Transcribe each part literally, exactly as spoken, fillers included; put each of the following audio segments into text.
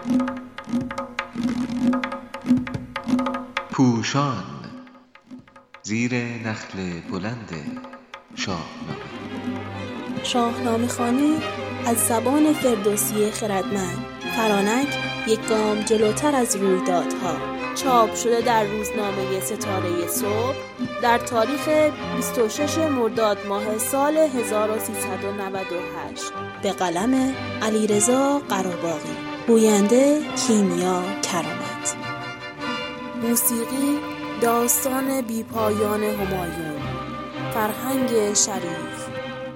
پوشان زیر نخل بلند شاهنامه. شاهنامه خوانی از زبان فردوسی خردمند. فرانک یک گام جلوتر از رویدادها. چاپ شده در روزنامه ستاره صبح در تاریخ بیست و ششم مرداد ماه سال هزار و سیصد و نود و هشت به قلم علیرضا قراباغی. گوینده کیمیا کرامت. موسیقی داستان بیپایان همایون. فرهنگ شریف.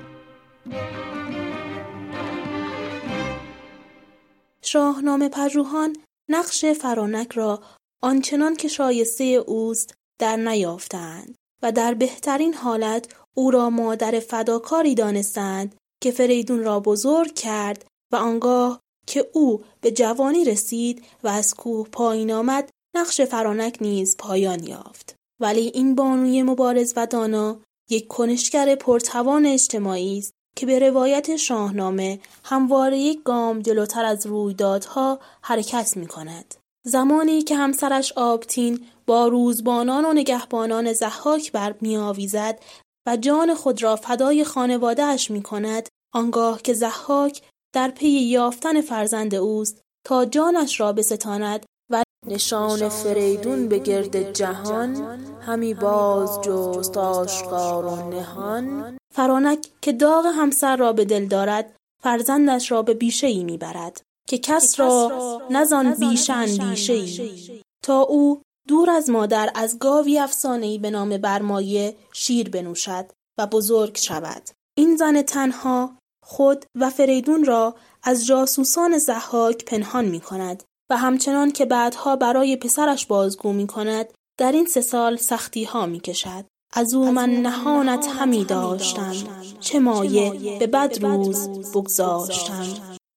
شاهنامه پژوهان نقش فرانک را آنچنان که شایسته اوست در نیافتند و در بهترین حالت او را مادر فداکاری دانستند که فریدون را بزرگ کرد و آنگاه که او به جوانی رسید و از کوه پایین آمد نقش فرانک نیز پایان یافت. ولی این بانوی مبارز و دانا یک کنشگر پرتوان اجتماعی است که به روایت شاهنامه همواره یک گام جلوتر از رویدادها حرکت می کند. زمانی که همسرش آبتین با روزبانان و نگهبانان ضحاک بر می آویزد و جان خود را فدای خانواده اش می کند، آنگاه که ضحاک در پی یافتن فرزند اوست تا جانش را بستاند و نشان فریدون به گرد جهان همی باز جست آشکار و نهان. فرانک که داغ همسر را به دل دارد فرزندش را به بیشه‌ای میبرد که کس را نزان بیشه اندیشه‌ای، تا او دور از مادر از گاوی افسانه‌ای به نام برمایه شیر بنوشد و بزرگ شود. این زن تنها خود و فریدون را از جاسوسان ضحاک پنهان می کند و همچنان که بعدها برای پسرش بازگو می کند در این سه سال سختی ها می کشد. از او من نهانت همی داشتم، چه مایه به بد روز بگذاشتم.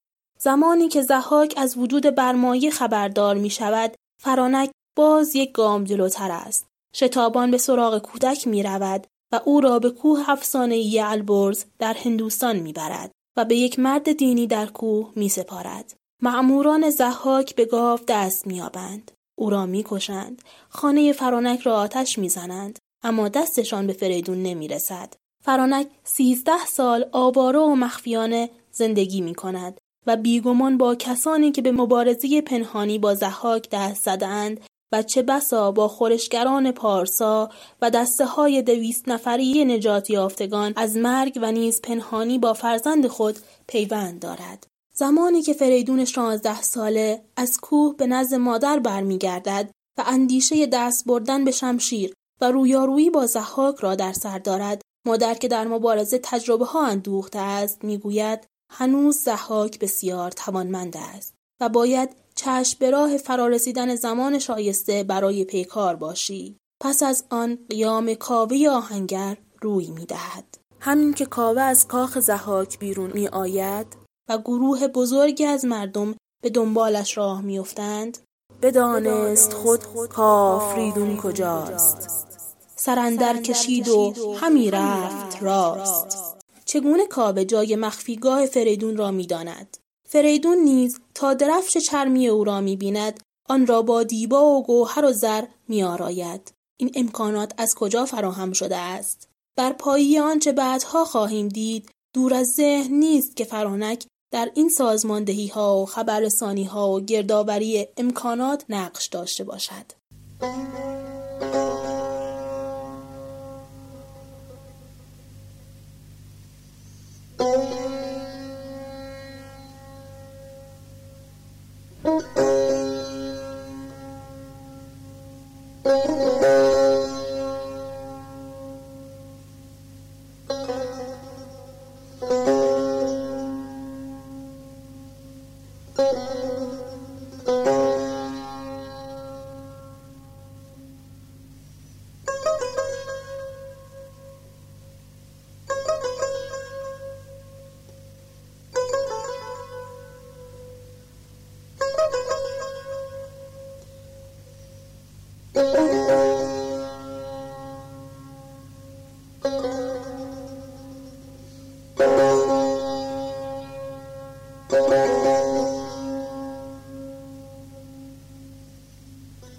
زمانی که ضحاک از وجود برمایه خبردار می شود، فرانک باز یک گام جلوتر است. شتابان به سراغ کودک می رود و او را به کوه افسانه‌ای البرز در هندوستان می برد و به یک مرد دینی در کوه می سپارد. مأموران ضحاک به گاو دست می یابند. او را می کشند. خانه فرانک را آتش می زنند. اما دستشان به فریدون نمی رسد. فرانک سیزده سال آواره و مخفیانه زندگی می کند و بیگمان با کسانی که به مبارزه پنهانی با ضحاک دست زدند و چه بسا با خورشگران پارسا و دسته های دویست نفری نجات یافتگان از مرگ و نیز پنهانی با فرزند خود پیوند دارد. زمانی که فریدون شانزده ساله از کوه به نزد مادر برمی گردد و اندیشه دست بردن به شمشیر و رویارویی با ضحاک را در سر دارد، مادر که در مبارزه تجربه ها اندوخته است میگوید هنوز ضحاک بسیار توانمند است و باید چشم به راه فرارسیدن زمان شایسته برای پیکار باشی. پس از آن قیام کاوه آهنگر روی می دهد. همین که کاوه از کاخ ضحاک بیرون می آید و گروه بزرگی از مردم به دنبالش راه می افتند، بدانست خود کافریدون کجاست. سرندر کشید و همی رفت راست. چگونه کاوه جای مخفیگاه فریدون را می داند؟ فریدون نیز تا درفش چرمی او را می بیند، آن را با دیبا و گوهر و زر می آراید. این امکانات از کجا فراهم شده است؟ در پایه آنچه بعدها خواهیم دید دور از ذهن نیست که فرانک در این سازماندهی ها و خبررسانی ها و گردآوری امکانات نقش داشته باشد.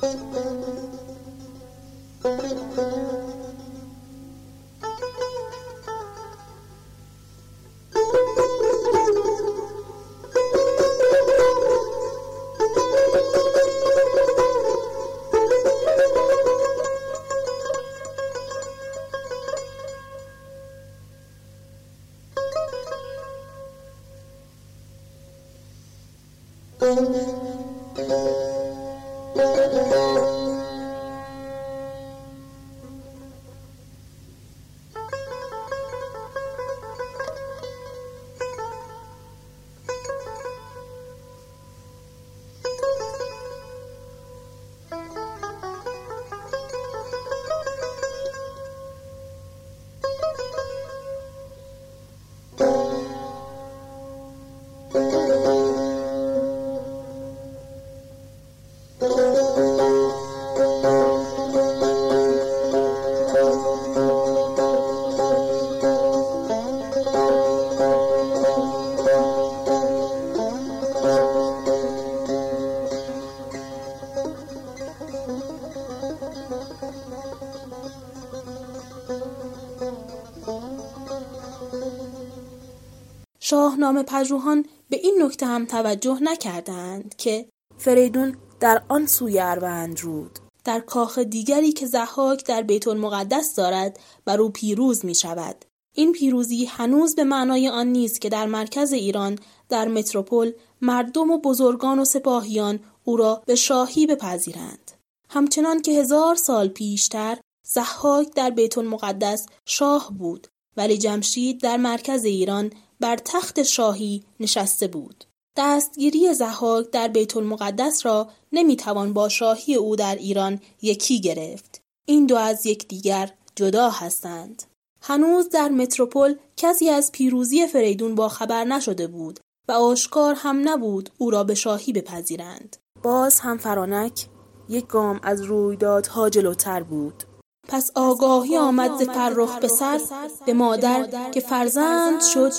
شاهنامه پژوهان به این نکته هم توجه نکردند که فریدون در آن سوی اروند رود، در کاخ دیگری که ضحاک در بیت المقدس دارد، بر او پیروز می شود. این پیروزی هنوز به معنای آن نیست که در مرکز ایران، در متروپول، مردم و بزرگان و سپاهیان او را به شاهی بپذیرند. همچنان که هزار سال پیشتر ضحاک در بیت المقدس شاه بود، ولی جمشید در مرکز ایران بر تخت شاهی نشسته بود. دستگیری ضحاک در بیت المقدس را نمیتوان با شاهی او در ایران یکی گرفت. این دو از یکدیگر جدا هستند. هنوز در متروپول کسی از پیروزی فریدون با خبر نشده بود و آشکار هم نبود او را به شاهی بپذیرند. باز هم فرانک یک گام از رویدادها جلوتر بود. پس آگاهی آمد ز فرخ پسر، به مادر که فرزند شد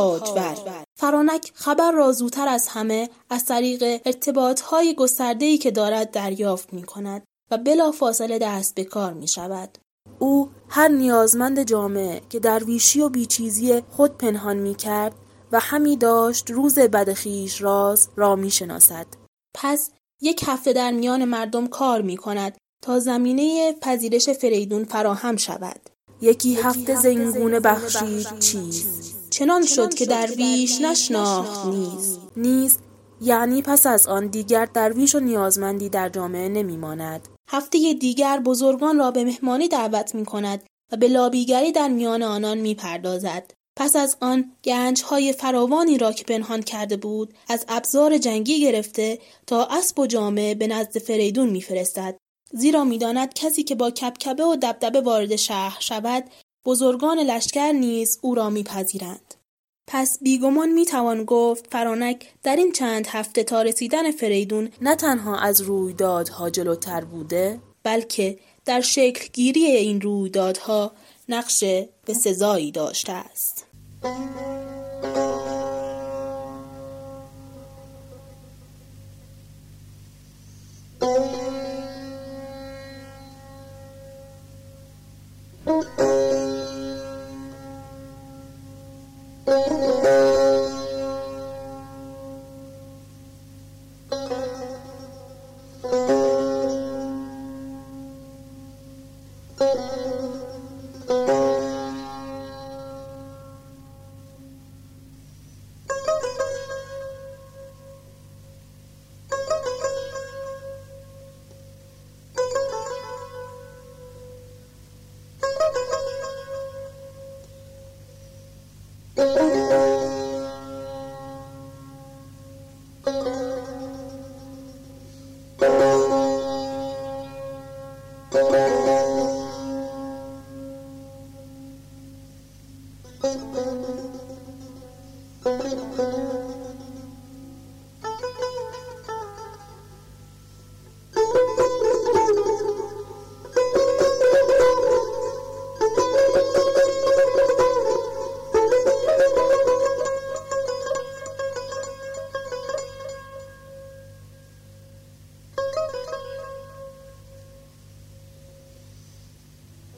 تاجور. فرانک خبر را زودتر از همه از طریق ارتباطهای گسترده‌ای که دارد دریافت می کند و بلا فاصله دست به کار می شود. او هر نیازمند جامعه که درویشی و بیچیزی خود پنهان می کرد و همی داشت روز بد خویش راز را می شناسد. پس یک هفته در میان مردم کار می کند تا زمینه پذیرش فریدون فراهم شود. یکی هفته زنگونه بخشید چیز، چنان شد که درویش نشناخت نیز. نیز یعنی پس از آن دیگر درویش و نیازمندی در جامعه نمی ماند. هفته دیگر بزرگان را به مهمانی دعوت می کند و به لابیگری در میان آنان می پردازد. پس از آن گنج‌های فراوانی را که پنهان کرده بود، از ابزار جنگی گرفته تا اسب و جامه به نزد فریدون می فرستد. زیرا می‌داند کسی که با کبکبه و دبدبه وارد شهر شود، بزرگان لشکر نیز او را می‌پذیرند. پس بیگمان می‌توان گفت فرانک در این چند هفته تا رسیدن فریدون نه تنها از رویدادها جلوتر بوده، بلکه در شکل گیری این رویدادها نقش به سزایی داشته است.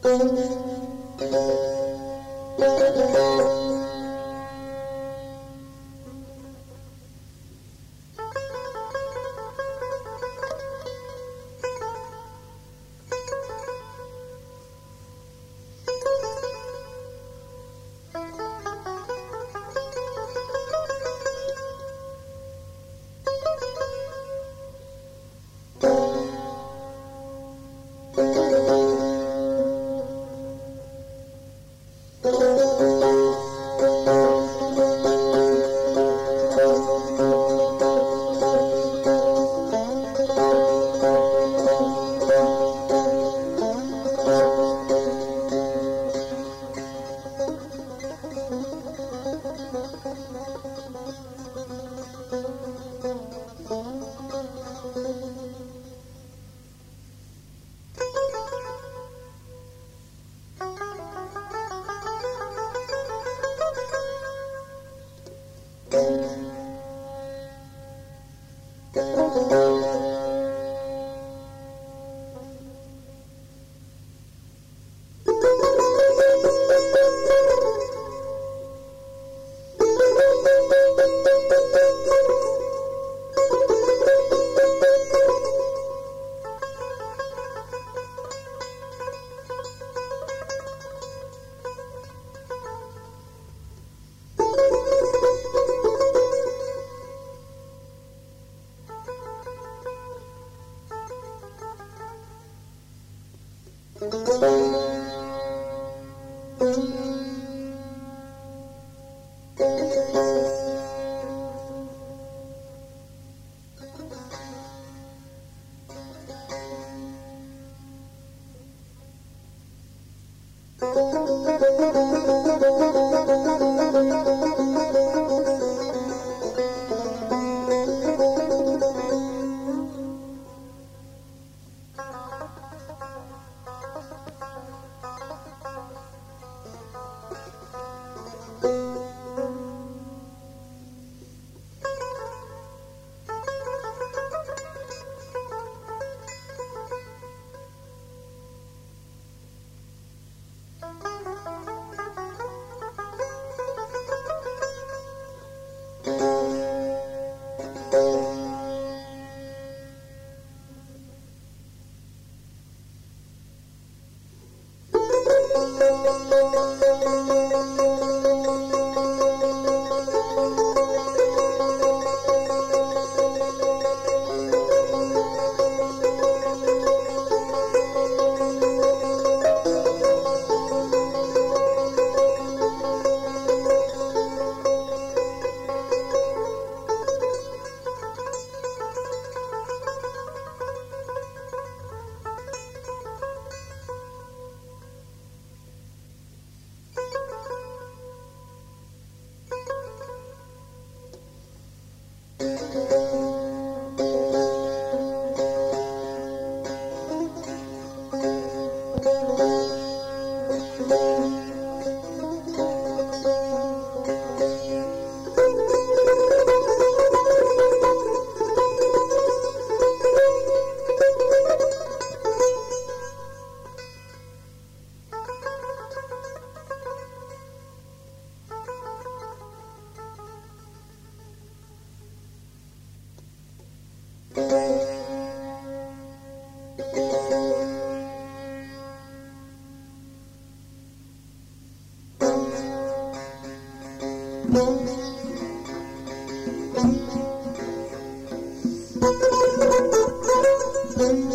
Thank you.